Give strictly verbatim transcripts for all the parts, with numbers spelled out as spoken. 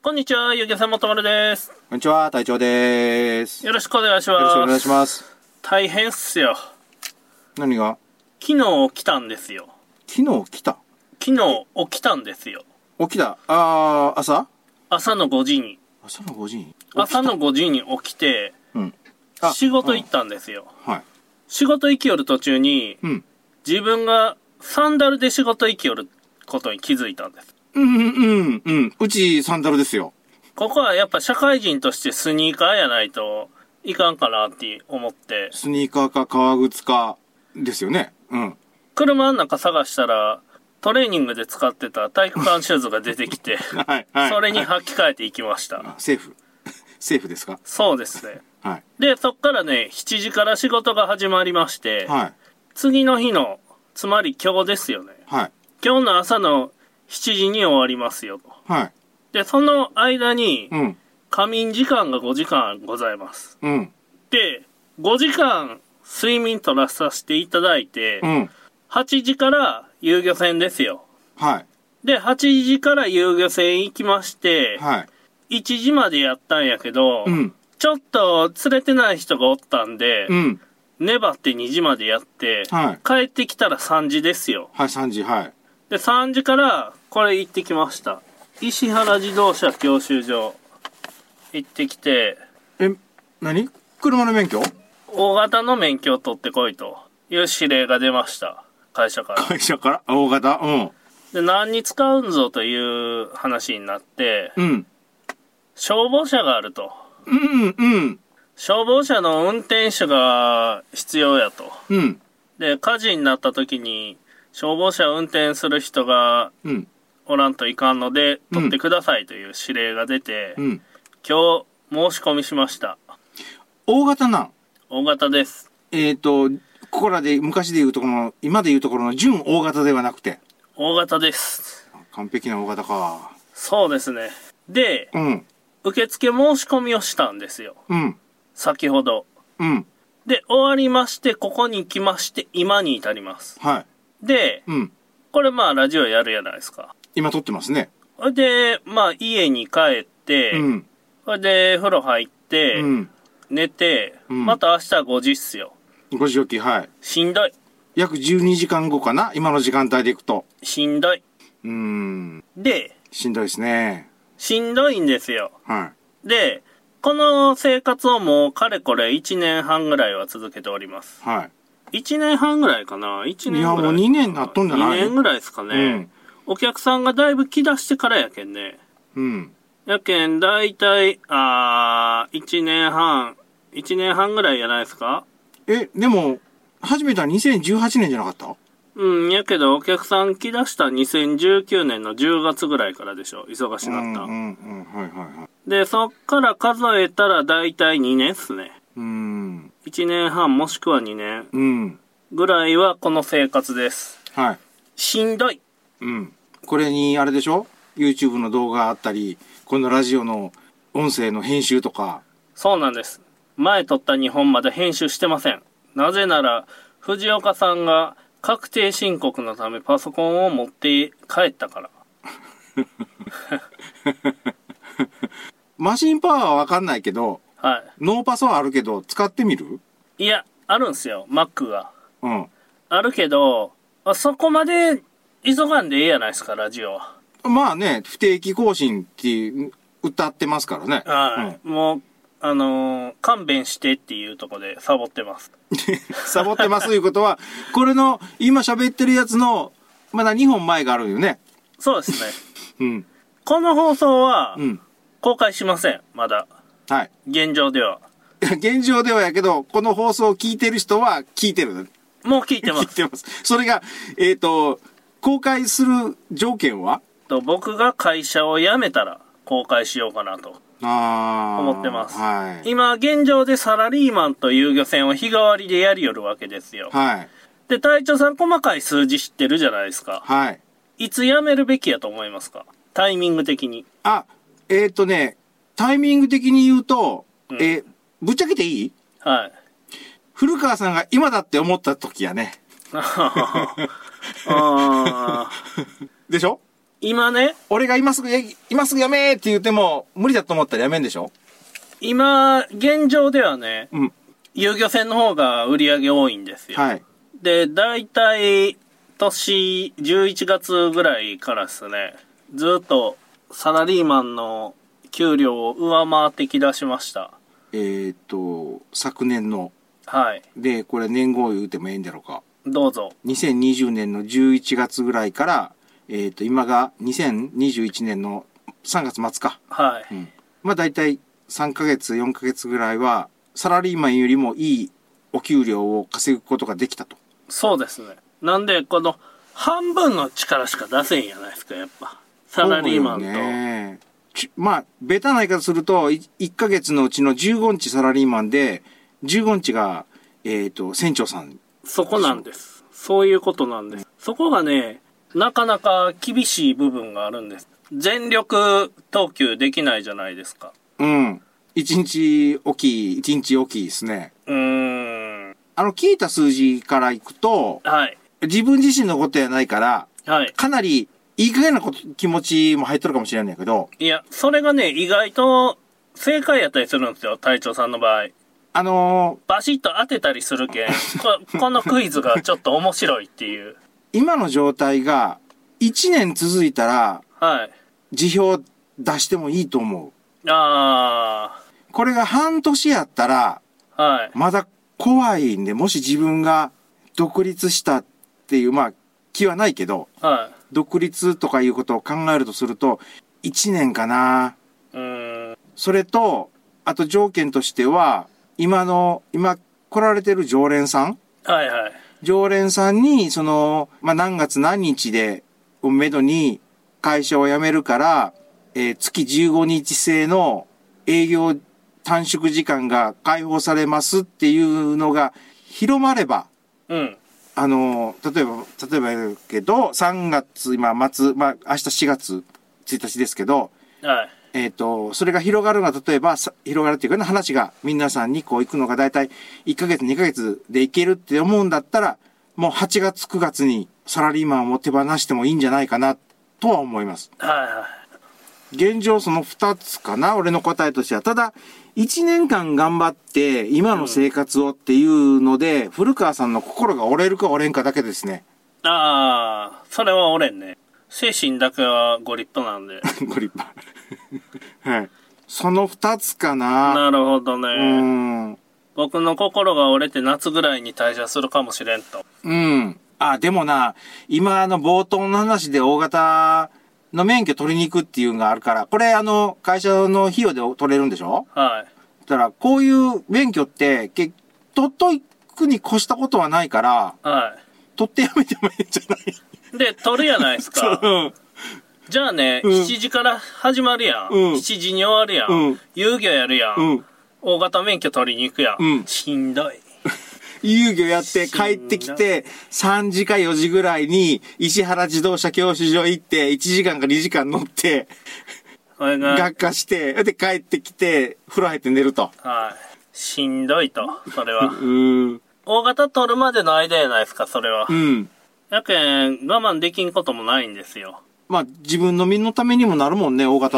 こんにちは、ゆうげさんもとまるです。 こんにちは、隊長です。 よろしくお願いします。 よろしくお願いします。 大変っすよ。 何が？ 昨日起きたんですよ。 昨日来た？ 昨日起きたんですよ。 起きた。あー、朝？ 朝のごじに。 朝のごじに？ 朝のごじに起きて、 うん。 仕事行ったんですよ。 はい。 仕事行きよる途中に、 うん。 自分がサンダルで仕事行きよることに気づいたんです。 うんうんうんうん。うちサンダルですよ。 ここはやっぱ社会人としてスニーカーやないといかんかなって思って。 スニーカーか革靴かですよね。うん。 車の中探したら、トレーニングで使ってた体育館シューズが出てきて、 はいはい。 それに履き替えていきました。 あ、セーフ。セーフですか？ そうですね。 はい。 で、そっからね、しちじから仕事が始まりまして、 はい。 次の日の、つまり今日ですよね。 はい。 今日の朝のしちじに終わりますよと。 はい。 で、その間に、 うん。 仮眠時間がごじかんございます。 うん。 で、ごじかん睡眠取らさせていただいて、 うん。 はちじから遊漁船ですよ。 はい。 で、はちじから遊漁船行きまして、 はい。 いちじまでやったんやけど、 うん。 ちょっと連れてない人がおったんで、 うん。 粘ってにじまでやって、 はい。 帰ってきたらさんじですよ。 はい、さんじ、はい。 で、さんじからこれ行ってきました。石原自動車教習所行ってきて、 え、何？車の免許？ 大型の免許を取ってこいという指令が出ました。会社から。 会社から？大型？うん。 で、何に使うんぞという話になって、 うん。 消防車があると。 うん、うん。 消防車の運転手が必要やと。 うん。 で、火事になった時に、消防車を運転する人がうん。 おらんといかんので、取ってくださいという指令が出て、 うん。 今日申し込みしました。 大型なん？ 大型です。 えっと、ここらで昔で言うところの、今で言うところの準大型ではなくて。 大型です。 完璧な大型か。 そうですね。で、 うん。 受付申し込みをしたんですよ。 うん。 先ほど。 うん。 で、終わりまして、ここに来まして、今に至ります。 はい。 で、 うん。 これまあラジオやるやないですか。 今撮ってますね。 それで、まあ家に帰って、 うん。 それで風呂入って、 うん。 寝て、 うん、 また明日ごじっすよ。 ごじ起き、はい。 しんどい。 約じゅうにじかんごかな、今の時間帯でいくと。 しんどい。 うーん。 で、 しんどいですね。 しんどいんですよ。 はい。 で、この生活をもうかれこれいちねんはんぐらいは続けております。 はい。 いちねんはんぐらいかな ?いち 年ぐらい。 いや、もうにねんなっとんじゃない？ に 年ぐらいですかね、うん。お客さんがだいぶ来だしてからやけんね。 うん。 やけん、だいたい、あー、いちねんはん、いちねんはんぐらいやないですか？ え、でも、始めたのにせんじゅうはちねんじゃなかった？ うん、やけどお客さん来だしたにせんじゅうきゅうねんのじゅうがつぐらいからでしょ。忙しなった。 うんうんうん、はいはいはい。 で、そっから数えたらだいたいにねんっすね。 うん。 いちねんはんもしくはにねん。 うん。 ぐらいはこの生活です。 はい。 しんどい。 うん。これに、あれでしょ？ YouTube の動画あったり、このラジオの音声の編集とか。 そうなんです。前撮ったにほんまで編集してません。なぜなら、藤岡さんが確定申告のためパソコンを持って帰ったから。 マシンパワーはわかんないけど、 はい。 ノーパソはあるけど、使ってみる？ いや、あるんすよ、Mac が。 うん。 あるけど、そこまで急がんでええやないですか、ラジオは。 まあね、不定期更新って歌ってますからね。 はい。うん、もう、あのー、勘弁してっていうとこでサボってます。 サボってますということは、これの今喋ってるやつの、まだにほんまえがあるよね。 そうですね。 うん。この放送は、 うん。 公開しません、まだ。 はい。 現状では。 現状ではやけど、この放送を聞いてる人は聞いてる。 もう聞いてます。 聞いてます。それが、えっと、公開する条件は？ と僕が会社を辞めたら公開しようかなと思ってます。 はい。 今現状でサラリーマンと遊漁船を日替わりでやりよるわけですよ。 はい。 で、隊長さん細かい数字知ってるじゃないですか。 はい。 いつ辞めるべきやと思いますか？タイミング的に。 あ、えっとね、タイミング的に言うと、 うん、 え、ぶっちゃけていい？ はい。 古川さんが今だって思った時やね。 ああ。 でしょ？ 今ね、 俺が今すぐや、今すぐやめーって言っても、無理だと思ったらやめんでしょ？ 今、現状ではね、 うん。 遊漁船の方が売り上げ多いんですよ。 はい。 で、だいたい年じゅういちがつぐらいからですね、ずっとサラリーマンの給料を上回ってきだしました。 えっと、昨年の。 はい。 で、これ年号言うてもええんだろうか。 どうぞ。 にせんにじゅうねんのじゅういちがつぐらいから、えっと、今がにせんにじゅういちねんのさんがつ末か。 はい。 うん。まあ大体さんかげつ、よんかげつぐらいは、サラリーマンよりもいいお給料を稼ぐことができたと。 そうですね。なんで、この半分の力しか出せんやないですか、やっぱ。サラリーマンと。 ね、まあ、ベタな言い方すると、いっかげつのうちのじゅうごにちサラリーマンで、じゅうごにちが、えっと、船長さん。 そこなんです。そういうことなんです。そこがね、なかなか厳しい部分があるんです。全力投球できないじゃないですか。 うん。一日おき、一日おきですね。 うーん。 あの、聞いた数字からいくと、 はい。 自分自身のことやないから、 はい。 かなり、いい加減なこと、気持ちも入っとるかもしれないけど。 いや、それがね、意外と正解やったりするんですよ、隊長さんの場合。 あのバシッと当てたりするけん、こ, このクイズがちょっと面白いっていう。 ー、今の状態が、いちねん続いたら、 はい。 辞表出してもいいと思う。 あこれが半年やったら、 ー。はい。 まだ怖いんで、もし自分が独立したっていう、まあ、気はないけど、 は独立とかいうことを考えるとすると、いちねんかな。 い。うーん。 それと、あと条件としては、今の、今来られてる常連さんはいはい。 常連さんに、その、まあ、何月何日で、をめどに会社を辞めるから、えー月じゅうごにち制の営業短縮時間が解放されますっていうのが広まれば、 うん。 あの、例えば、例えばやけど、さんがつ、今、末、まあ、明日しがつついたちですけど、 はい。 えっ、と、それが広がるのは、例えば、さ広がるっていうかね、話が皆さんにこう行くのがだいたいいっかげつ、にかげつで行けるって思うんだったら、もうはちがつ、くがつにサラリーマンを手放してもいいんじゃないかな、とは思います。 はいはい。 現状そのふたつかな、俺の答えとしては。ただ、いちねんかん頑張って、今の生活をっていうので、うん、古川さんの心が折れるか折れんかだけですね。 ああ、それは折れんね。精神だけはご立派なんで。 ご立派。はい。その二つかな。 なるほどね。 うん。 僕の心が折れて夏ぐらいに退社するかもしれんと。 うん。あ、でもな、今あの冒頭の話で大型の免許取りに行くっていうのがあるから、これあの会社の費用で取れるんでしょ？ はい。 だからこういう免許ってけ取っとくに越したことはないから、 はい。 取ってやめてもいいんじゃない？ で、取るやないですか。 うん。 じゃあね、 うん、 しちじから始まるやん。 うん、 しちじに終わるやん。うん、遊漁やるやん。うん、大型免許取りに行くやん。うん、しんどい。 遊漁やって帰ってきて、さんじかよじぐらいに石原自動車教習所行って、いちじかんかにじかん乗って、学科して、で帰ってきて、風呂入って寝ると。 はい。しんどいと、それは。 うん。 大型取るまでの間やないですか、それは。 うん。 やけん、我慢できんこともないんですよ。 まあ、自分の身のためにもなるもんね、大型って。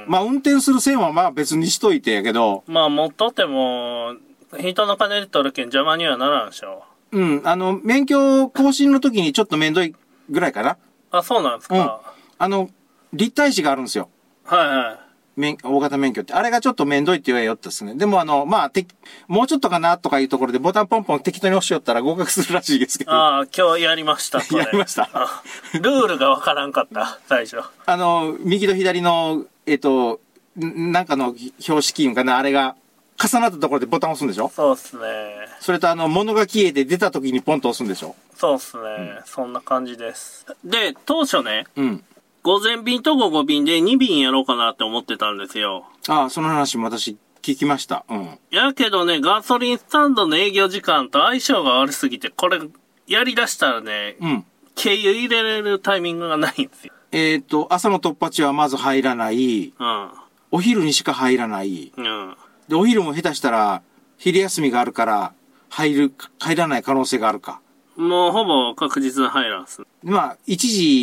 まあ、運転する線はまあ別にしといてやけど。 まあ、持っとっても、人の金で取るけん邪魔にはならんでしょ。 うん。あの、免許更新の時にちょっとめんどいぐらいかな。 あ、そうなんですか。 うん。あの、立体視があるんですよ。 はいはい。 免大型免許って。あれがちょっとめんどいって言えよってですね。でもあの、まあ、て、もうちょっとかなとかいうところでボタンポンポン適当に押しよったら合格するらしいですけど。 ああ、今日やりました。 やりました。 ルールがわからんかった、最初。 あの、右と左の、えっと、なんかの標識印かな、あれが重なったところでボタン押すんでしょ？ そうっすね。 それとあの、物が消えて出た時にポンと押すんでしょ？ そうっすね。うん、そんな感じです。で、当初ね。 うん。 午前便と午後便でに便やろうかなって思ってたんですよ。 ああ、その話も私聞きました。うん。 やけどね、ガソリンスタンドの営業時間と相性が悪すぎて、これ、やり出したらね、うん。経由入れれるタイミングがないんですよ。 えっと、朝の突破地はまず入らない。 うん。 お昼にしか入らない。 うん。 で、お昼も下手したら、昼休みがあるから、入る、入らない可能性があるか。 もうほぼ確実な入らんす。 まあ、いちじ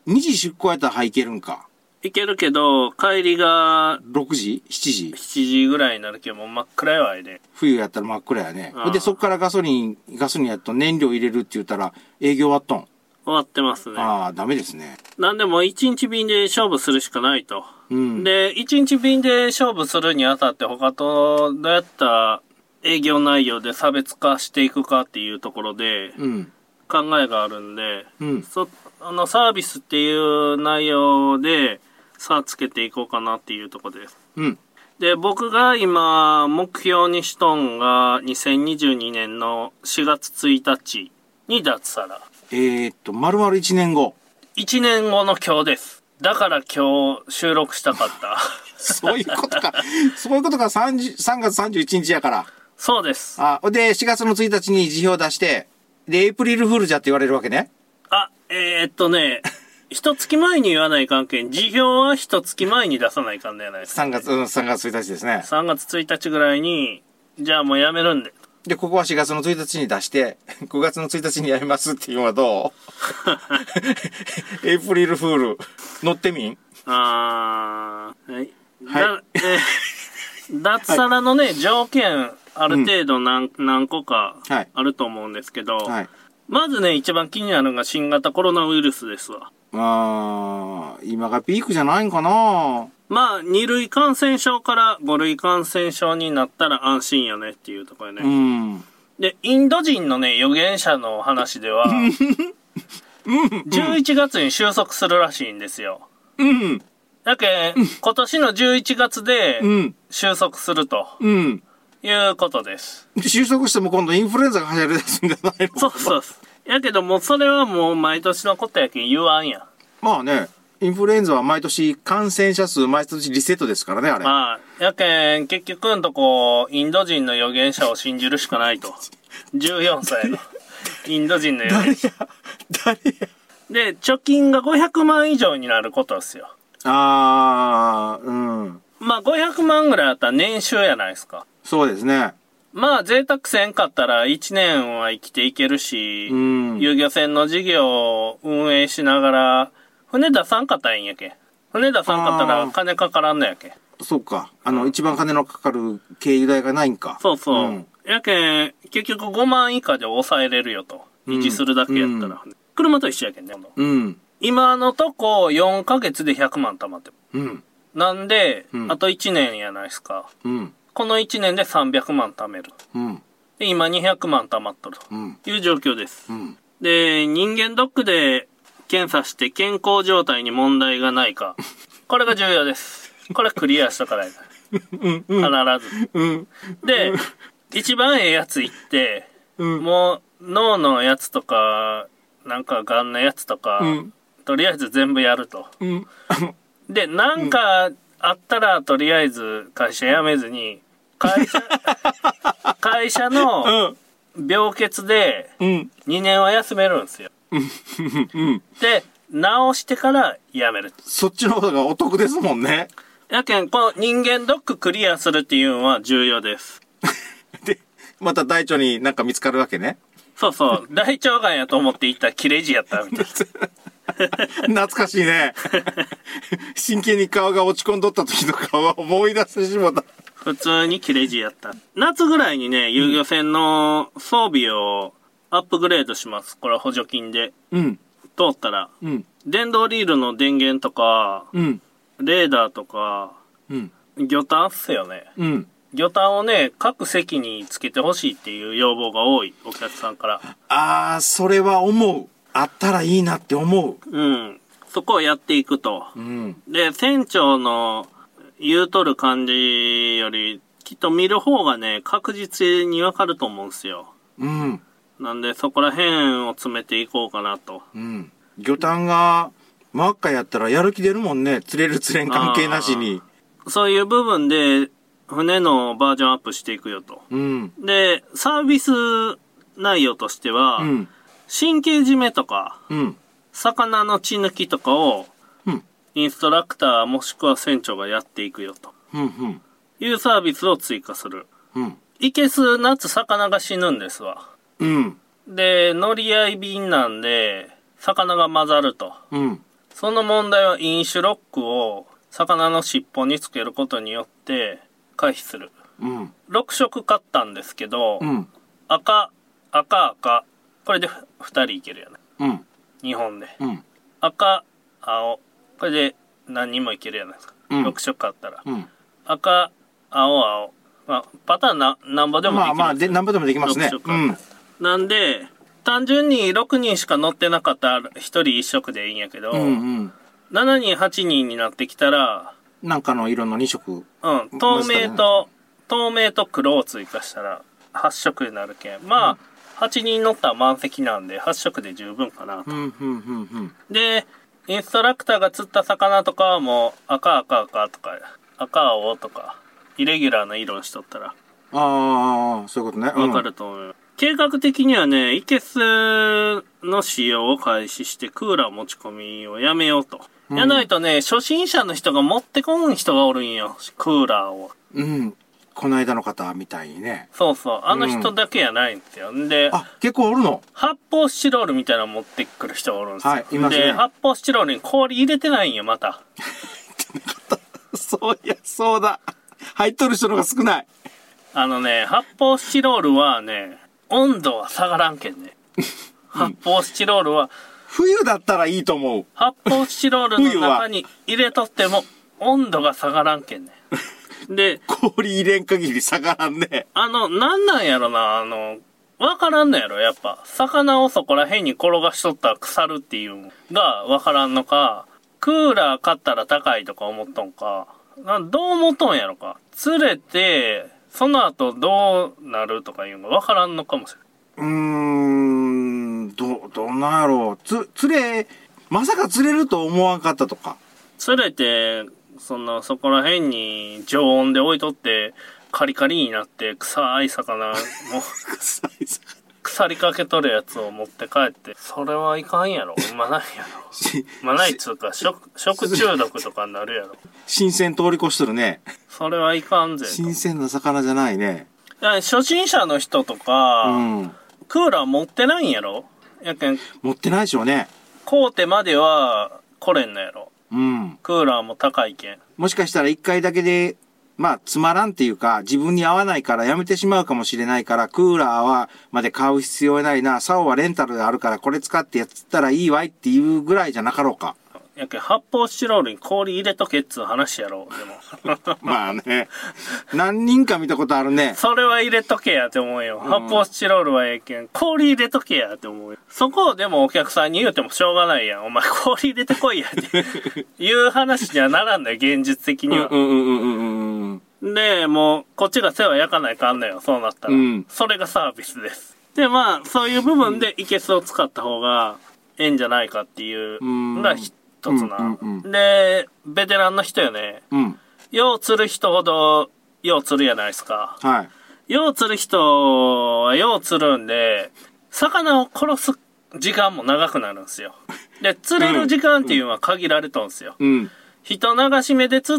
にじ出航やったらはいけるんか。 行けるけど、帰りがろくじ ?しち 時しちじぐらいになるけど、もう真っ暗やわいで。 冬やったら真っ暗やね。 ああで、そっからガソリン、ガソリンやっと燃料入れるって言ったら営業終わっとん。 終わってますね。 ああ、ダメですね。 なんでもいちにち便で勝負するしかないと。 うん。 で、いちにち便で勝負するにあたって他とどうやった営業内容で差別化していくかっていうところでうん。 考えがあるんで、 うん。 そあのサービスっていう内容で差つけていこうかなっていうところです。 うん。 で、僕が今目標にしとんがにせんにじゅうにねんのしがつついたちに脱サラ。 えー、っと、丸々いちねんご。 いちねんごの今日です。だから今日収録したかった。 そういうことか。そういうことか。さんじゅうさんがつさんじゅういちにちやから。 そうです。 あ、で、しがつのついたちに辞表出して、で、エイプリルフールじゃって言われるわけね。 あ、えー、っとね、一月前に言わない関係、辞表は一月前に出さないかんじゃないですか。 さんがつ、うん、さんがつついたちですね。 さんがつついたちぐらいに、じゃあもうやめるんで。 で、ここはしがつのついたちに出して、くがつのついたちにやめますっていうのはどうエイプリルフール、乗ってみんあー、はい。 はいだえー脱サラのね、条件、ある程度何,、何個かはいあると思うんですけど、 はい。 まずね、一番気になるのが新型コロナウイルスですわ。 あー、今がピークじゃないんかな。 まあ、に類感染症からご類感染症になったら安心よねっていうところよね。 うん。 で、インド人のね、預言者の話では、じゅういちがつに収束するらしいんですよ。 うん。 だけ、今年のじゅういちがつでうん。 収束するとうん。 いうことです。 収束しても今度インフルエンザが流行り出すんじゃないの。 そうそうです。やけどもうそれはもう毎年のことやけん言わんや。 まあね、インフルエンザは毎年感染者数毎年リセットですからね、あれ。 まあ、やけん結局んとこ、インド人の預言者を信じるしかないと。じゅうよんさいのインド人の預言者。 誰やで、貯金がごひゃくまん以上になることですよ。 あー、うん。 まあごひゃくまんぐらいあったら年収やないですか。 そうですね。 まあ贅沢せんかったらいちねんは生きていけるし、 うん。 遊漁船の事業を運営しながら、船出さんかったらいいんやけ。船出さんかったら金かからんのやけ。 そうか。あの、一番金のかかる経由代がないんか。 そうそう。 うんやけん、結局ごまん以下で抑えれるよと。維持するだけやったら。 うん車と一緒やけんね。 うん。 今のとこよんかげつでひゃくまん貯まってる。 うん。 なんで、 うんあといちねんやないですか。 うん。 このいちねんでさんびゃくまん貯める。 うん。 で、今にひゃくまん貯まっとるうん。 という状況です。 うん。 で、人間ドックで検査して健康状態に問題がないか。これが重要です。これクリアしたからやうん。 から。必ず。 うん。 で、一番ええやつ言って、 うん。 もう脳のやつとか、なんかがんのやつとか、 うんとりあえず全部やると。 うん。 で、なんかあったらとりあえず会社辞めずに、会社、会社の病欠でうん。 にねんは休めるんですよ。 うん。 で、治してから辞める。 そっちの方がお得ですもんね。 やけん、この人間ドッククリアするっていうのは重要です。 で、また大腸になんか見つかるわけね。 そうそう。大腸がんやと思って行ったら切れ字やったみたい懐かしいね。真剣に顔が落ち込んどった時の顔は思い出してしまった。 普通に切れ字やった。夏ぐらいにね、遊漁船の装備をアップグレードします。これは補助金で。 うん。 通ったら。 うん。 電動リールの電源とか、 うん。 レーダーとか、 うん。 魚探っすよね。 うん。 魚探をね、各席につけてほしいっていう要望が多い、お客さんから。 あー、それは思う。あったらいいなって思う。 うん。そこをやっていくと。 うん。 で、船長の言うとる感じより、きっと見る方がね、確実にわかると思うんですよ。 うん。 なんで、そこら辺を詰めていこうかなと。 うん。魚探が真っ赤やったらやる気出るもんね。釣れる釣れん関係なしに。 そういう部分で、船のバージョンアップしていくよと。 うん。 で、サービス内容としては、 うん。 神経締めとか、 うん。 魚の血抜きとかを、 うん。 インストラクターもしくは船長がやっていくよとうん。うん。 いうサービスを追加する。 うん。 いけす夏魚が死ぬんですわ。 うん。 で、乗り合い便なんで、魚が混ざると。 うん。 その問題は飲酒ロックを魚の尻尾につけることによって回避する。 うん。 ろく色買ったんですけど、 うん。 赤、赤、赤。これでふたりいけるよね。 うん。 にほんで。 うん。 赤、青。これで何人もいけるじゃないですか。 うんろく色買ったら。 うん。 赤、青、青。まあ、パターンな、なんぼでもできる。 まあまあ、で、なんぼでもできますね。 ろく色うん。 なんで、単純にろくにんしか乗ってなかったらひとりいっ色でいいんやけど、 うんうん。 しちにん、はちにんになってきたら、 なんかの色のに色。 うん、透明と、透明と黒を追加したらはっ色になるけん。まあ、うん、はちにん乗ったら満席なんではっ色で十分かなと。 うんうんうんうん。で、 インストラクターが釣った魚とかはもう赤赤赤とか、赤青とか、イレギュラーな色にしとったら。 ああ、そういうことね。 わかると思う、うん。計画的にはね、イケスの使用を開始してクーラー持ち込みをやめようと。うん、やないとね、初心者の人が持ってこん人がおるんよ、クーラーを。 うん。この間の方みたいにね。 そうそう。あの人だけやないんですよ。んで、 あ、結構おるの？ 発泡スチロールみたいなの持ってくる人がおるんですよ。 はい、いますね。 で、発泡スチロールに氷入れてないんよ、また。 入ってなかった。そういや、そうだ。入っとる人の方が少ない。 あのね、発泡スチロールはね、温度は下がらんけんね。発泡スチロールは、 冬だったらいいと思う。 発泡スチロールの中に入れとっても温度が下がらんけんね。で、 氷入れん限り下がらんね。 あの、なんなんやろな、あの、わからんのやろ、やっぱ。魚をそこら辺に転がしとったら腐るっていうのがわからんのか、クーラー買ったら高いとか思っとんか、などう思っとんやろか。釣れて、その後どうなるとかいうのがわからんのかもしれん。 うーん、ど、どうなんやろう。つ、釣れ、まさか釣れると思わんかったとか。 釣れて、そんな、そこら辺に常温で置いとって、カリカリになって臭い魚も、 臭い魚。 腐りかけとるやつを持って帰って、それはいかんやろ。うまないやろ。うまないっつうか、食、食中毒とかになるやろ。 新鮮通り越しとるね。 それはいかんぜ。 新鮮な魚じゃないね。 初心者の人とか、うん、クーラー持ってないんやろやけん。 持ってないでしょうね。 買うてまでは来れんのやろ。 うん。 クーラーも高いけん。 もしかしたら一回だけで、まあ、つまらんっていうか、自分に合わないからやめてしまうかもしれないから、クーラーは、まで買う必要ないな、サオはレンタルであるからこれ使ってやったらいいわいっていうぐらいじゃなかろうか。 やけん、発泡スチロールに氷入れとけっつう話やろ、でも。 まあね。何人か見たことあるね。 それは入れとけやって思うよ。うん、発泡スチロールはええけん、氷入れとけやって思うよ。そこをでもお客さんに言うてもしょうがないやん。お前氷入れてこいやっていう話にはならんのよ、現実的には。 うんうんうんうんうん。 で、もう、こっちが世話焼かないかんのよ、そうなったら。うん、それがサービスです。で、まあ、そういう部分でイケスを使った方がええんじゃないかっていうのが一つな、うんうんうん。で、ベテランの人よね。うん、よう釣る人ほど、よう釣るやないですか。 はい。 よう釣る人はよう釣るんで、魚を殺す時間も長くなるんですよ。で、釣れる時間っていうのは限られとんですよ。うん、一流し目で釣った、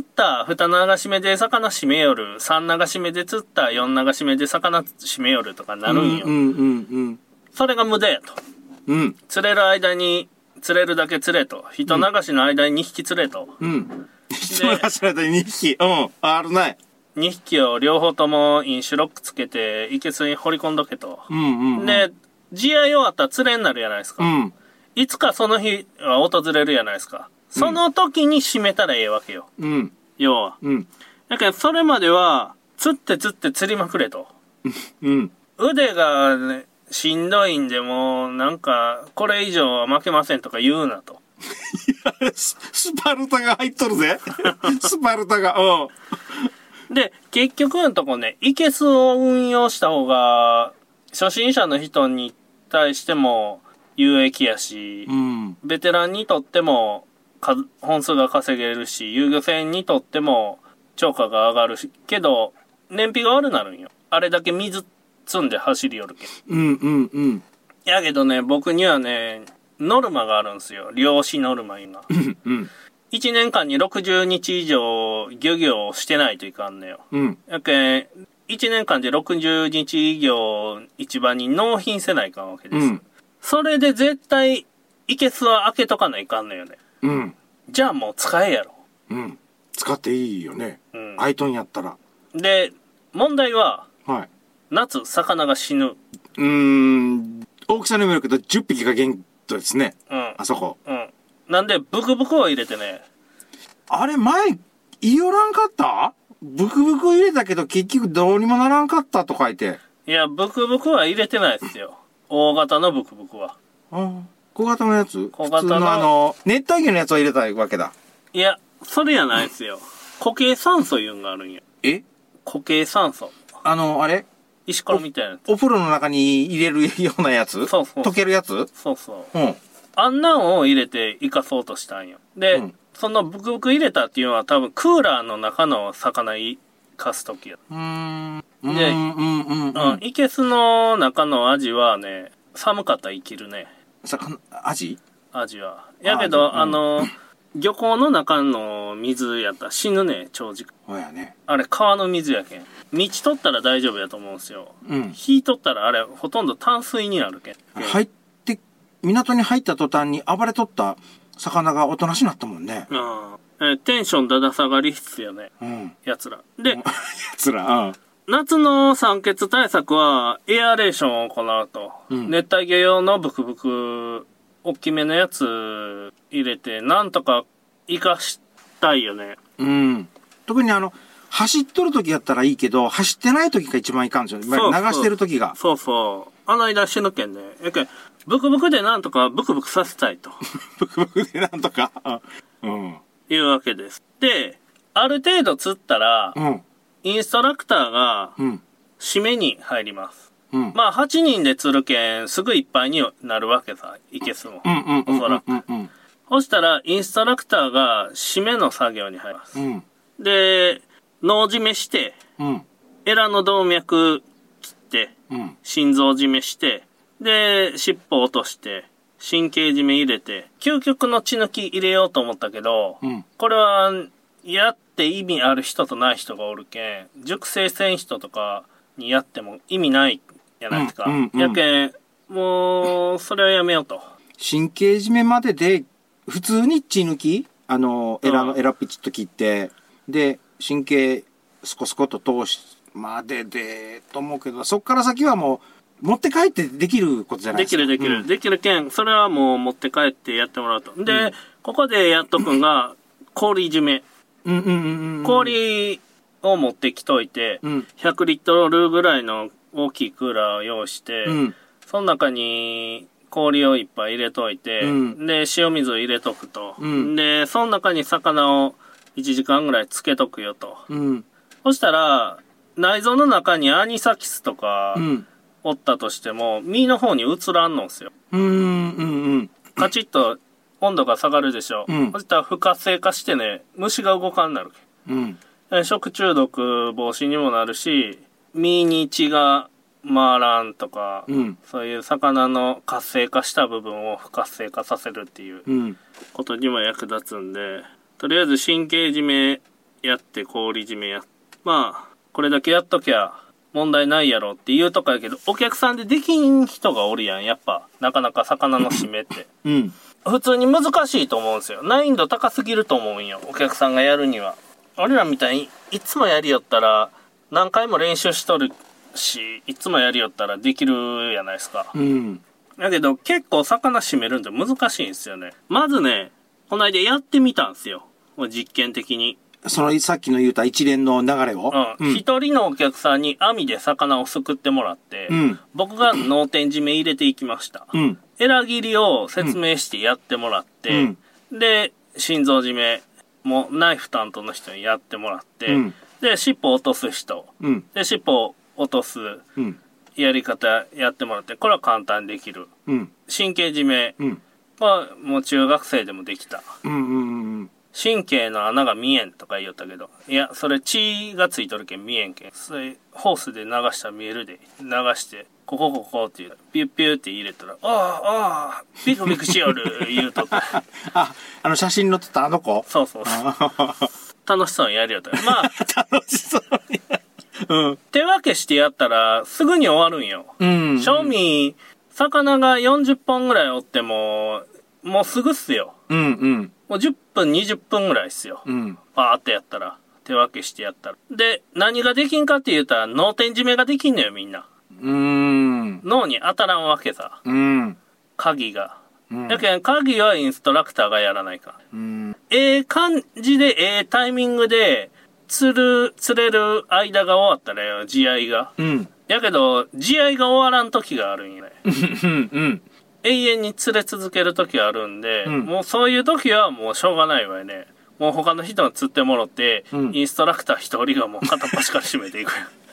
二流し目で魚締めよる、三流し目で釣った、四流し目で魚締めよるとかなるんよ。 うんうんうんうん、それが無駄やと。 うん、 釣れる間に、釣れるだけ釣れと。一流しの間ににひき釣れと。 うん。一流しの間ににひき。うん。あるない。 にひきを両方とも飲酒ロックつけて、いけすに掘り込んどけと。 うんうん、うん。 で、試合終わったら釣れになるやないですか。うん。いつかその日は訪れるやないですか。その時に締めたらええわけよ。 うん。 要は。 うん。 だけど、それまでは、釣って釣って釣りまくれと。 うん。 腕が、ね、しんどいんで、もう、なんか、これ以上は負けませんとか言うなと。 いや、スパルタが入っとるぜ。スパルタが。 うん。で、結局のとこね、イケスを運用した方が、初心者の人に対しても有益やし、 うん、 ベテランにとっても本数が稼げるし、遊漁船にとっても超過が上がるし、けど、燃費が悪なるんよ。あれだけ水積んで走り寄るけん。うんうんうん。 やけどね、僕にはね、ノルマがあるんですよ。漁師ノルマ今。 うん。 いちねんかんにろくじゅうにち以上漁業をしてないといかんのよ。 うん。 やけん、いちねんかんでろくじゅうにち以上市場に納品せないかんわけです。うん、それで絶対、いけすは開けとかないかんのよね。 うん。 じゃあもう使えやろ。 うん。使っていいよね。 うん。 アイトンやったら。 で、問題は、 はい。 夏、魚が死ぬ。 うーん。大きさにもよるけど、じゅっぴきが限度ですね。 うん。 あそこ。 うん。なんで、ブクブクを入れてね。 あれ、前、いよらんかった？ブクブク入れたけど、結局どうにもならんかったと書いて。 いや、ブクブクは入れてないですよ。大型のブクブクは。 ああ。小型のやつ？ 小型の。 普通のあの、熱帯魚のやつを入れたいわけだ。 いや、それやないですよ。固形酸素いうんがあるんや。 え？ 固形酸素。 あの、あれ？ 石ころみたいなやつ。 お風呂の中に入れるようなやつ？ そうそう。 溶けるやつ？ そうそう。 うん。 あんなんを入れて生かそうとしたんよ。で、うん、そのブクブク入れたっていうのは多分クーラーの中の魚生かすときや。 うーん。 で、 うんうんうんうん。 いけすの中のアジはね、寒かったら生きるね。 魚、アジ？ アジは。やけど、あ,、うん、あの、漁港の中の水やったら死ぬね、長時間。 そうやね。 あれ、川の水やけん。道取ったら大丈夫やと思うんですよ。 うん。 火取ったらあれ、ほとんど淡水になるけん。 入って、港に入った途端に暴れとった魚がおとなしになったもんね。 ああ。え、テンションだだ下がり必要ね。 うん。 奴ら。で、 奴ら、うん。 夏の酸欠対策は、エアレーションを行うと。うん、熱帯魚用のブクブク、大きめのやつ入れて、なんとか活かしたいよね。 うん。特にあの、走っとる時やったらいいけど、走ってない時が一番いかんですよね。流してる時が。 そうそう。あの間死ぬけんね。やけん、ブクブクでなんとかブクブクさせたいと。 ブクブクでなんとか。うん。 いうわけです。で、ある程度釣ったら、うん、インストラクターが、締めに入ります。うん、まあ、はちにんで釣るけん、すぐいっぱいになるわけさ、いけすも。おそらく。そしたら、インストラクターが締めの作業に入ります。うん、で、脳締めして、うん、エラの動脈切って、うん、心臓締めして、で、尻尾落として、神経締め入れて、究極の血抜き入れようと思ったけど、うん、これは、やって意味ある人とない人がおるけん、熟成せん人とかにやっても意味ないやないですか。うんうんうん、やけん、もう、それはやめようと。 神経締めまでで、普通に血抜きあの、エラの、エラピチッと切って、で、神経スコスコと通しまでで、と思うけど、そっから先はもう、持って帰ってできることじゃないですか。 できるできる。うん、できるけん、それはもう持って帰ってやってもらうと。で、うん、ここでやっとくんが、氷締め。 うんうんうんうん、 氷を持ってきといて、うん、ひゃくリットルぐらいの大きいクーラーを用意して、うん、その中に氷をいっぱい入れといて、うん、で、塩水を入れとくと、うん、で、その中に魚をいちじかんぐらいつけとくよと。うん、そしたら、内臓の中にアニサキスとか、おったとしても、身の方に移らんのんすよ。 うんうんうん、 カチッと温度が下がるでしょ。うん、そしたら不活性化してね、虫が動かんなる。うん、食中毒防止にもなるし、身に血が回らんとか、うん、そういう魚の活性化した部分を不活性化させるっていうことにも役立つんで、とりあえず神経締めやって氷締めやって、まあ、これだけやっときゃ問題ないやろっていうとこやけど、お客さんでできん人がおるやん、やっぱ。なかなか魚の締めって。うん、普通に難しいと思うんですよ。難易度高すぎると思うんよ、お客さんがやるには。俺らみたいにいつもやりよったら何回も練習しとるし、いつもやりよったらできるやないですか。うん。だけど結構魚締めるんで難しいんですよね。まずね、この間やってみたんですよ。実験的に。 そのさっきの言うた一連の流れをうん。一、うん、人のお客さんに網で魚をすくってもらって、うん、僕が脳天締め入れていきました。うん。エラ切りを説明してやってもらって、うん、で、心臓締め、もうナイフ担当の人にやってもらって、うん、で、尻尾落とす人、うん、で、尻尾落とすやり方やってもらって、これは簡単にできる。うん、神経締めはもう中学生でもできた。うんうんうん、神経の穴が見えんとか言おったけど、いや、それ血がついとるけん見えんけん。それ、ホースで流したら見えるで、流して、ここここって言う、ピュッピュッって入れたら、ああ、ああ、ビクビクしよる、言うとって。 あ、あの写真載ってたあの子そうそうそう。楽しそうにやるよと。まあ、 楽しそうにやる。 うん。手分けしてやったら、すぐに終わるんよ。うん。賞味、魚がよんじゅっぽんぐらいおっても、もうすぐっすよ。 うんうん。 もうじゅっぷん、にじゅっぷんぐらいっすよ。 うん。 パーってやったら。手分けしてやったら。で、何ができんかって言ったら、脳天締めができんのよ、みんな。 うーん。 脳に当たらんわけさ。 うん。 鍵が。 うん。 やけん、鍵はインストラクターがやらないか。 うん。 ええ感じで、ええタイミングで、釣る、釣れる間が終わったらよ、試合が。 うん。 やけど、試合が終わらん時があるんよね。 うん。うん。 永遠に釣れ続ける時があるんで、 うんもうそういう時はもうしょうがないわよね。もう他の人が釣ってもろって、 うん、 インストラクター一人がもう片っ端から締めていく。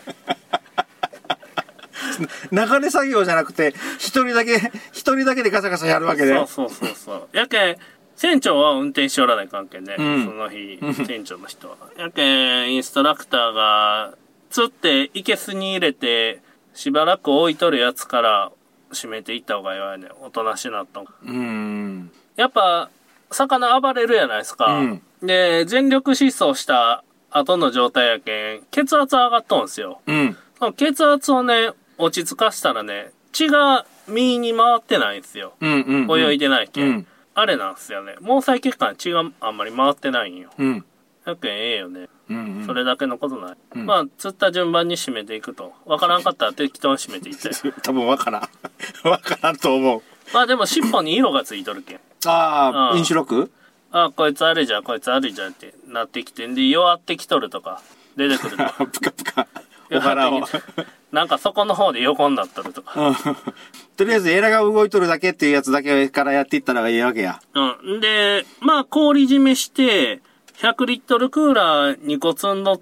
流れ作業じゃなくて、一人だけ、一人だけでガサガサやるわけで。 そうそうそうそう。やけん、船長は運転しおらない関係ね、 うん、 その日、船長の人は。やけん、インストラクターが、釣っていけすに入れて、しばらく置いとるやつから締めていった方がいいわよね。おとなしなったん。 うーん。 やっぱ、魚暴れるやないですか。 うん、 で、全力疾走した後の状態やけん、血圧上がっとんすよ。 うん。 その血圧をね、落ち着かしたらね、血が右に回ってないんすよ。 うん。うん。 泳いでないけん。 うん、 あれなんすよね。毛細血管血があんまり回ってないんよ。 うん。 やけんええよね。 うん。 それだけのことない。 うん、 まあ、釣った順番に締めていくと。わからんかったら適当に締めていって。 多分わからん。わからんと思う。 まあでも尻尾に色がついとるけん。 ああ、 うん飲酒録あ、こいつあれじゃん、こいつあれじゃんってなってきてんで、弱ってきとるとか、出てくるとか。 ぷかぷか。お腹を。 なんかそこの方で横になっとるとか。 うん。とりあえずエラが動いとるだけっていうやつだけからやっていったらいいわけや。 うん。で、まあ氷締めして、ひゃくリットルクーラーにこ積んどって、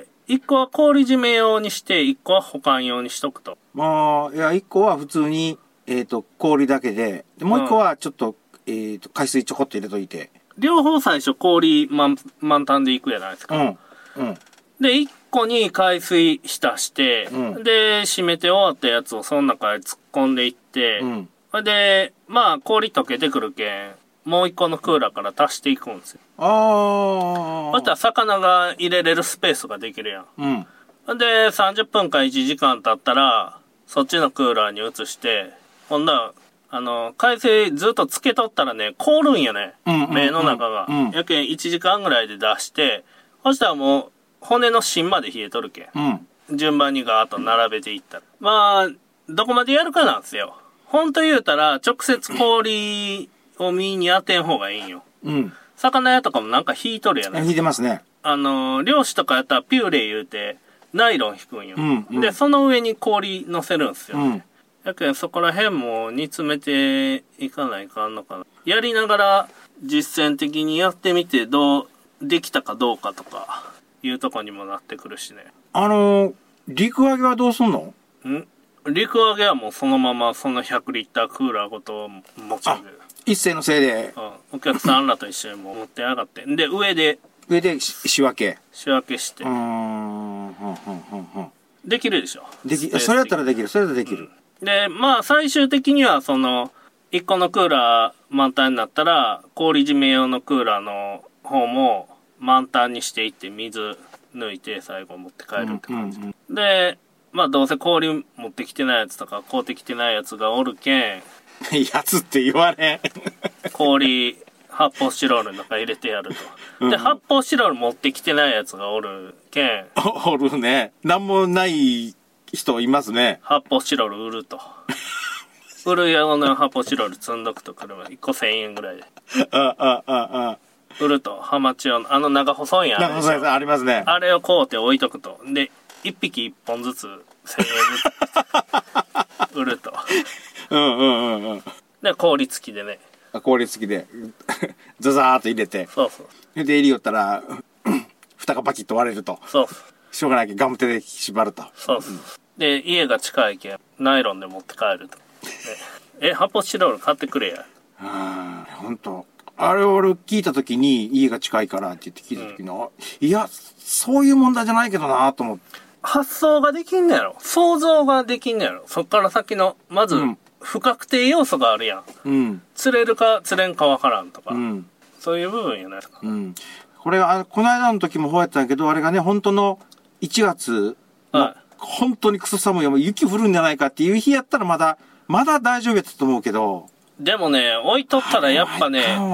いっこは氷締め用にして、いっこは保管用にしとくと。 まあ、いや、いっこは普通に、えっと、氷だけで、でもういっこはちょっと、えっと、海水ちょこっと入れといて。 両方最初氷満満タンでいくじゃないですか。 うん。うん。 で、いっこに海水浸して、 うん、 で、締めて終わったやつをその中へ突っ込んでいって、 うん、 で、まあ氷溶けてくるけん、もういっこのクーラーから足していくんですよ。 ああ。 そしたら魚が入れれるスペースができるやん。うん。で、さんじゅっぷんかいちじかん経ったら、そっちのクーラーに移して、ほんなら、あの、海水ずっとつけとったらね、凍るんよね。 うんうんうん、 目の中が、うん。やけんいちじかんぐらいで出して、そしたらもう、骨の芯まで冷えとるけん。うん。順番にガーッと並べていったら。まあ、どこまでやるかなんすよ。ほんと言うたら、直接氷を身に当てん方がいいんよ。うん。魚屋とかもなんか引いとるやない。 引いてますね。 あの、漁師とかやったらピューレ言うて、ナイロン引くんよ。うんうん、で、その上に氷乗せるんすよ、ね。うん。やけんそこら辺も煮詰めていかないかんのかな。やりながら実践的にやってみてどうできたかどうかとかいうとこにもなってくるしね。 あのー、陸揚げはどうすんの？ ん陸揚げはもうそのままそのひゃくリッタークーラーごと持ち上げる。 一斉のせいで。 うん。お客さんらと一緒にも持って上がって。で、上で。 上で仕分け。 仕分けして。うーん。できるでしょ。 でき、それやったらできる。それやったらできる。 うん、で、まあ最終的にはその、いっこのクーラー満タンになったら、氷締め用のクーラーの方も満タンにしていって水抜いて最後持って帰るって感じ。うんうんうん、で、まあどうせ氷持ってきてないやつとか買うてきてないやつがおるけん。 やつって言われん。 氷、発泡スチロールの中入れてやると。で、うん、発泡スチロール持ってきてないやつがおるけん。 おるね。なんもない人いますね。 発泡スチロール売ると。売る用の発泡スチロール積んどくと車いっこせんえんぐらいで。 あ、あ、あ、あ。 売ると、ハマチ用の、あの長細いやん。 長細いやつありますね。 あれを買うて置いとくと。で、いっぴきいっぽんずつせんえんずつ売ると。 うんうんうんうん。 で、氷付きでね。 氷付きで、ザザーっと入れて。 そうそう。 で、入りよったら、蓋がバキッと割れると。 そう。 しょうがないけど、ガム手で縛ると。 そうそう。で、家が近いけん、ナイロンで持って帰ると。ね、え、発泡スチロール買ってくれや。 ああ、ほんと。あれ俺聞いたときに、家が近いからって言って聞いたときに、うん、いや、そういう問題じゃないけどなと思って。 発想ができんねやろ。想像ができんねやろ。そっから先の、まず、うん不確定要素があるやん。うん。釣れるか釣れんかわからんとか。うん。そういう部分やないですか。 うん。これは、この間の時もそうやったんやけど、あれがね、本当のいちがつの、はい、本当にクソ寒いよ。雪降るんじゃないかっていう日やったらまだ、まだ大丈夫やったと思うけど。 でもね、置いとったらやっぱね、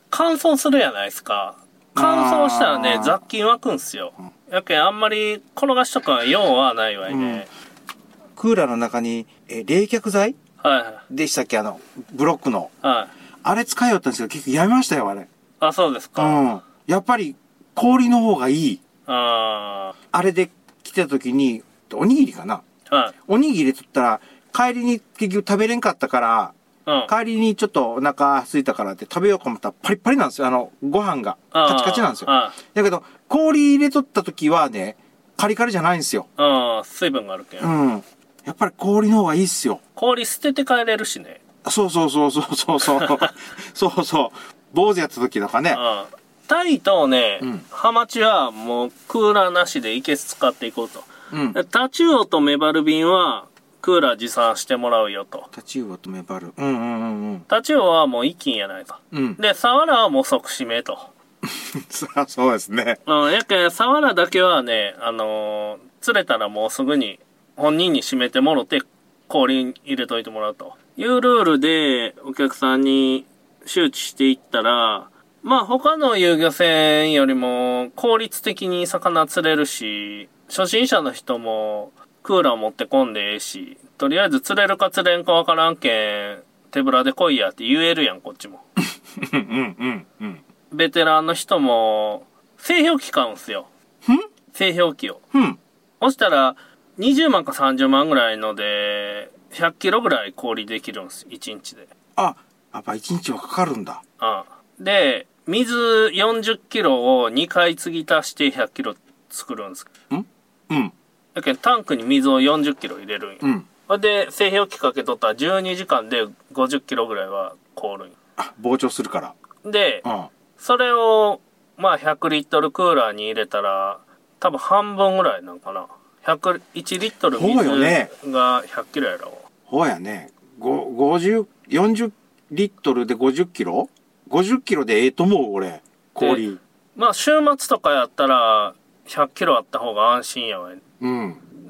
乾燥するやないですか。乾燥したらね、雑菌湧くんすよ。やけんあんまり転がしとかは用はないわいね。 うん、クーラーの中に、え、冷却剤はいはい。 でしたっけあの、ブロックの。 はい。 あれ使いよったんですけど、結局やめましたよ、あれ。 あ、そうですか。 うん。やっぱり、氷の方がいい。 ああれで来てた時に、おにぎりかな。 はい。 おにぎり入れとったら、帰りに結局食べれんかったから、 うん。 帰りにちょっとお腹空いたからって食べようと思ったらパリッパリなんですよ。あの、ご飯が。カチカチなんですよ。 あだけど、氷入れとった時はね、カリカリじゃないんですよ。 あ、水分があるけん。 うん。やっぱり氷の方がいいっすよ。 氷捨てて帰れるしね。 そうそうそうそうそうそう。そうそう。坊主やった時とかね。 ああ。タイとね、 うん、 ハマチはもうクーラーなしでいけす使っていこうと。 うん。 タチウオとメバルビンはクーラー持参してもらうよと。 タチウオとメバル。うんうんうんうん。 タチウオはもう一斤やないと。 うん。 で、サワラはもう即締めと。 そうですね。 うん、やけん、サワラだけはね、あのー、釣れたらもうすぐに本人に締めてもろて氷に入れといてもらうというルールでお客さんに周知していったら、まあ他の遊漁船よりも効率的に魚釣れるし、初心者の人もクーラー持ってこんでええし、とりあえず釣れるか釣れんかわからんけん、手ぶらで来いやって言えるやん、こっちも。 うんうんうん。 ベテランの人も、製氷機買うんすよ。 ん製氷機を。 うん。 そしたら、にじゅうまんかさんじゅうまんぐらいので、ひゃっキロぐらい氷できるんです、いちにちで。 あ、やっぱいちにちはかかるんだ。 ああで、水よんじゅっキロをにかい継ぎ足してひゃっキロ作るんです。 んうん。 だけどタンクに水をよんじゅっキロ入れるんよ。 うん。 それで、製氷機かけとったらじゅうにじかんでごじゅっキロぐらいは凍るんよ。 あ、膨張するから。 で、 うん。 それを、まあひゃくリットルクーラーに入れたら、多分半分ぐらいなんかな。ひゃくいちリットル水がひゃっキロやろ。 ほうやね。ご、ごじゅう、よんじゅうリットルでごじゅっキロ ?ごじゅっ キロでええと思う、俺。氷。 まあ週末とかやったらひゃっキロあった方が安心やわ。 うん。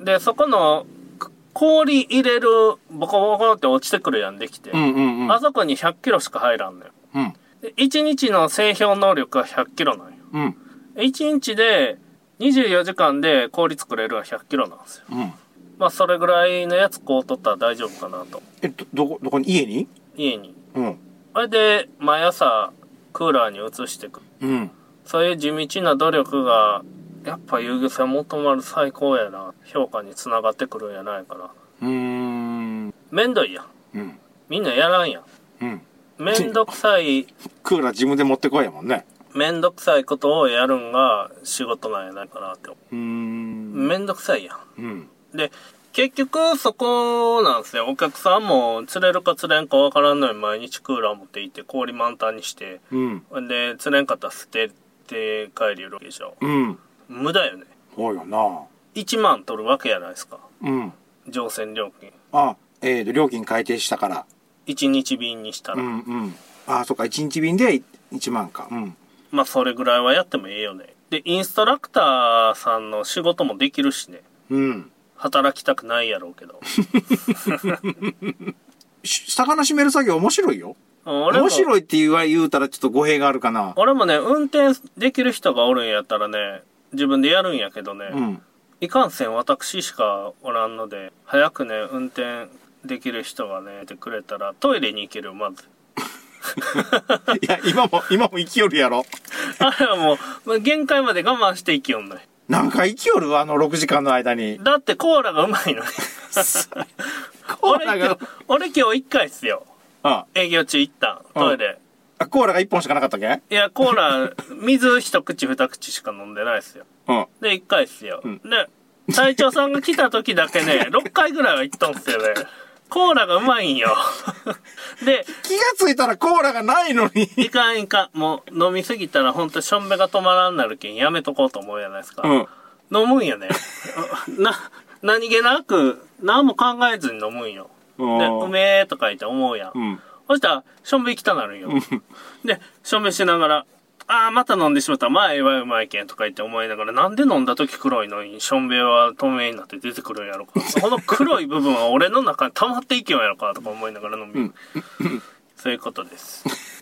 で、そこの氷入れるボコボコって落ちてくるやんできて。 うんうんうん。 あそこにひゃっキロしか入らんのよ。 うん。 でいちにちの製氷能力はひゃっキロなんよ。 うん。 いちにちでにじゅうよじかんで氷作れるのはひゃっキロなんですよ。 うん。 まあそれぐらいのやつこう取ったら大丈夫かなと。 え、ど、どこ、どこに家に家に。 うん。 あれで毎朝クーラーに移してくる。 うん。 そういう地道な努力がやっぱ遊漁船求まる最高やな。評価につながってくるんやないかな。 うーん。 めんどいやん。 うん。 みんなやらんやん。 うん。 めんどくさい、 クーラー自分で持ってこいやもんね。 めんどくさいことをやるんが仕事なんやないかなって。 うーん。 めんどくさいやん。 うん。 で、結局そこなんですよ。お客さんも釣れるか釣れんかわからんのに毎日クーラー持っていって氷満タンにして、 うん。 で、釣れんかったら捨てて帰りるわけでしょ。 うん。 無駄よね。 そうよな。 いちまん取るわけやないですか。 うん。 乗船料金。 あ、えーと、料金改定したから。 いちにち便にしたら。 うんうん。あ、そっか、いちにち便でいちまんか。うん。 まあそれぐらいはやってもええよね。で、インストラクターさんの仕事もできるしね。 うん。 働きたくないやろうけど。 魚締める作業面白いよ。 俺も面白いって言わ言うたらちょっと語弊があるかな。 俺もね、運転できる人がおるんやったらね、自分でやるんやけどね、 うん。 いかんせん私しかおらんので、早くね、運転できる人がね、いてくれたら、トイレに行ける、まず。 いや、今も、今も生きよるやろ。 あれはもう、限界まで我慢して生きよんね。 なんか生きよるあのろくじかんの間に。 だってコーラがうまいのに。 コーラが。 俺今日いっかいっすよ。 あ営業中行ったん、トイレ。 あ、コーラがいっぽんしかなかったっけ？ いや、コーラ、水一口二口しか飲んでないっすよ。 うん。 で、いっかいっすよ。 うん、 で、隊長さんが来た時だけね、ろっかいぐらいは行っとんすよね。コーラがうまいんよ。で、 気がついたらコーラがないのに。 いかんいかん。もう飲みすぎたらほんとしょんべが止まらんなるけんやめとこうと思うじゃないですか。 うん。 飲むんやね。な、何気なく、何も考えずに飲むんよ。で、うめーとか言って思うやん。 うん。 そしたら、しょんべ行きたなるんよ。で、しょんべしながら、ああ、また飲んでしまった。まあ、ええわうまいけんとか言って思いながら、なんで飲んだ時黒いのに、しょんべは透明になって出てくるんやろか。この黒い部分は俺の中に溜まっていけんやろかとか思いながら飲む。そういうことです。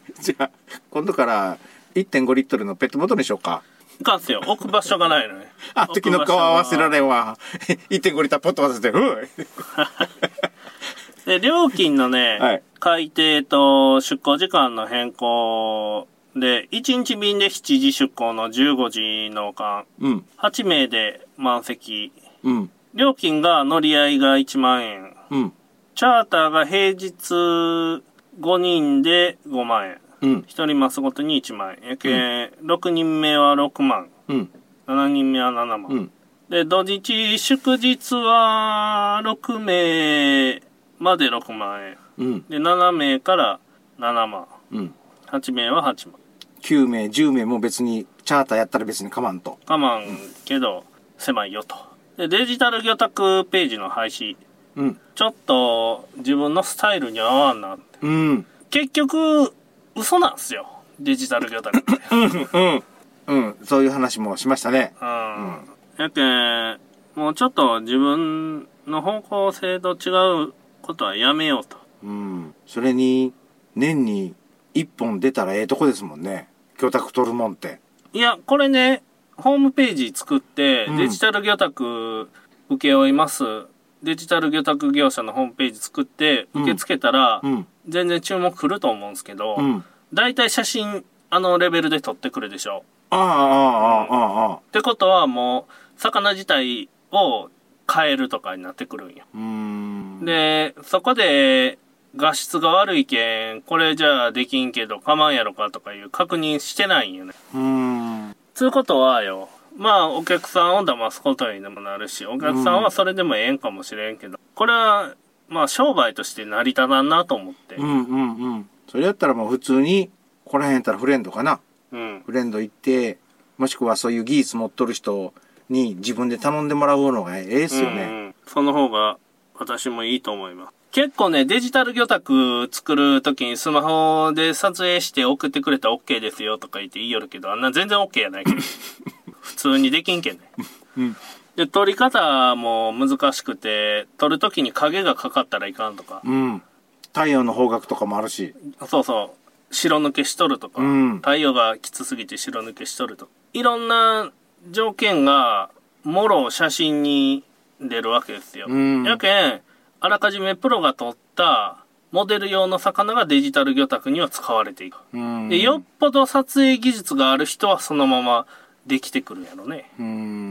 じゃあ、今度から いってんご リットルのペットボトルにしようか。 いかんすよ。置く場所がないのね。 あ、時の顔合わせられんわ。いってんご リッターポッと忘れて、うい。 で、料金のね、 はい、 改定と出航時間の変更で、いちにち便でしちじ出航のじゅうごじの間、 うん、 はちめいで満席、 うん、 料金が乗り合いがいちまんえん、 うん、 チャーターが平日ごにんでごまんえん、 うん、 ひとりマスごとにいちまんえん、やけ、うん、ろくにんめはろくまん、 うん、 しちにんめはななまん、 うん、で、 土日祝日はろくめいまでろくまんえん、うん、でななめいからななまん、うん、はちめいははちまん、 きゅうめいじゅうめいも別にチャーターやったら別に構わんと構わんけど、うん、狭いよと。でデジタル魚拓ページの廃止、うん、ちょっと自分のスタイルに合わんなって、うん、結局嘘なんすよデジタル魚拓ってうん、 うん、そういう話もしましたね。 うん、うん、やけんもうちょっと自分の方向性と違うことはやめようと。 うん。それに、年にいっぽん出たらええとこですもんね。魚拓取るもんって。 いや、これね、ホームページ作って、うん、デジタル魚拓請け負います。デジタル魚拓業者のホームページ作って、受け付けたら、うん、全然注目来ると思うんですけど、うん、だいたい写真、あのレベルで撮ってくるでしょ。 ああ、ああ、ああ、ああ。 ってことはもう、魚自体を変えるとかになってくるんや。 うーんで、そこで画質が悪いけん、これじゃあできんけど構わんやろかとかいう確認してないんよね。 うーん。 つうことはよ、まあお客さんを騙すことにでもなるし、お客さんはそれでもええんかもしれんけど、これはまあ商売として成り立たんなと思って。 うんうんうん。それやったらもう普通に、ここら辺やったらフレンドかな。 うん。 フレンド行って、もしくはそういう技術持っとる人に自分で頼んでもらうのがええっすよね。 うんうん、その方が私もいいと思います。結構ね、デジタル魚拓作るときにスマホで撮影して送ってくれたら OK ですよとか言って言いよるけど、あんな全然 OK やないけど。普通にできんけんね。 うん。 で、撮り方も難しくて、撮るときに影がかかったらいかんとか。 うん。太陽の方角とかもあるし。 そうそう。白抜けしとるとか。うん、太陽がきつすぎて白抜けしとるとか。いろんな条件が、もろ写真に出るわけですよ。うん、やけん、あらかじめプロが撮ったモデル用の魚がデジタル魚拓には使われていく。うん、で、よっぽど撮影技術がある人はそのままできてくるやろね。 うん、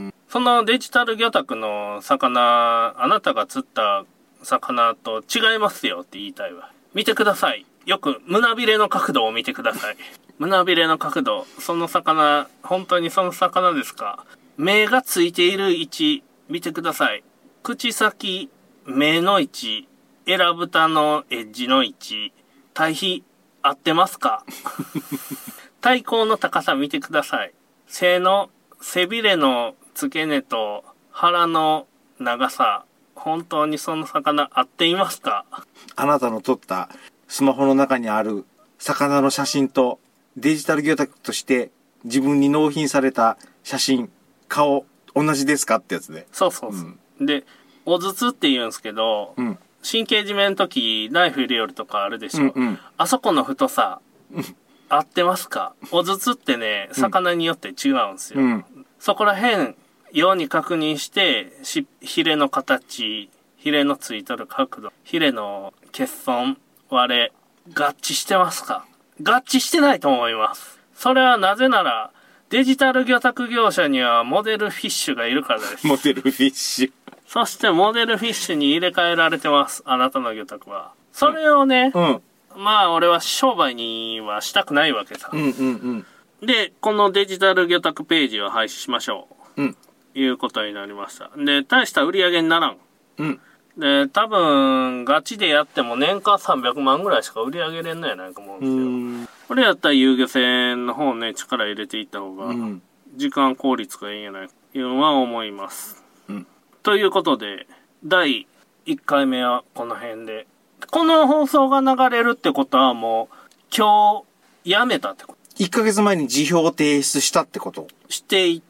そのデジタル魚拓の魚、あなたが釣った魚と違いますよって言いたいわ。見てください。よく胸びれの角度を見てください。胸びれの角度、その魚、本当にその魚ですか？目がついている位置、見てください。口先、目の位置、エラ蓋のエッジの位置、対比、合ってますか？体高の高さ見てください。背の、背びれの付け根と腹の長さ、本当にその魚合っていますか？ あなたの撮ったスマホの中にある魚の写真とデジタル魚拓として自分に納品された写真、顔、同じですかってやつで。 そうそうそう。うん、で、おずつって言うんですけど、うん、神経締めの時、ナイフ入れよるとかあるでしょ。うんうん、あそこの太さ、合ってますか？おずつってね、魚によって違うんですよ。うん、そこら辺、ように確認して、し、ヒレの形、ヒレのついとる角度、ヒレの欠損、割れ、合致してますか？合致してないと思います。それはなぜなら、デジタル魚拓業者にはモデルフィッシュがいるからです。 モデルフィッシュ。 そしてモデルフィッシュに入れ替えられてます。あなたの魚拓は。それをね、うん、まあ俺は商売にはしたくないわけさ。 うんうんうん、で、このデジタル魚拓ページを廃止しましょう。うん。いうことになりました。で、大した売り上げにならん。 うん。 で、多分、ガチでやっても年間さんびゃくまんぐらいしか売り上げれんのやないか思うんですよ。これやったら遊漁船の方ね、力入れていった方が、時間効率がいいんやないかというのは思います。 うん。 ということで、だいいっかいめはこの辺で。この放送が流れるってことはもう、今日、やめたってこと。 いっかげつまえに辞表を提出したってことしていって、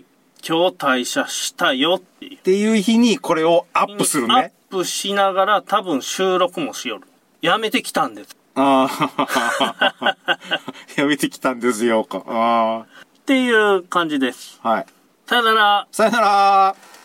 今日退社したよっていう。 っていう日にこれをアップするね。 アップしながら多分収録もしよる。やめてきたんです。 ああ。やめてきたんですよ、か。あっていう感じです。 あ。はい。 さよなら。 さよなら。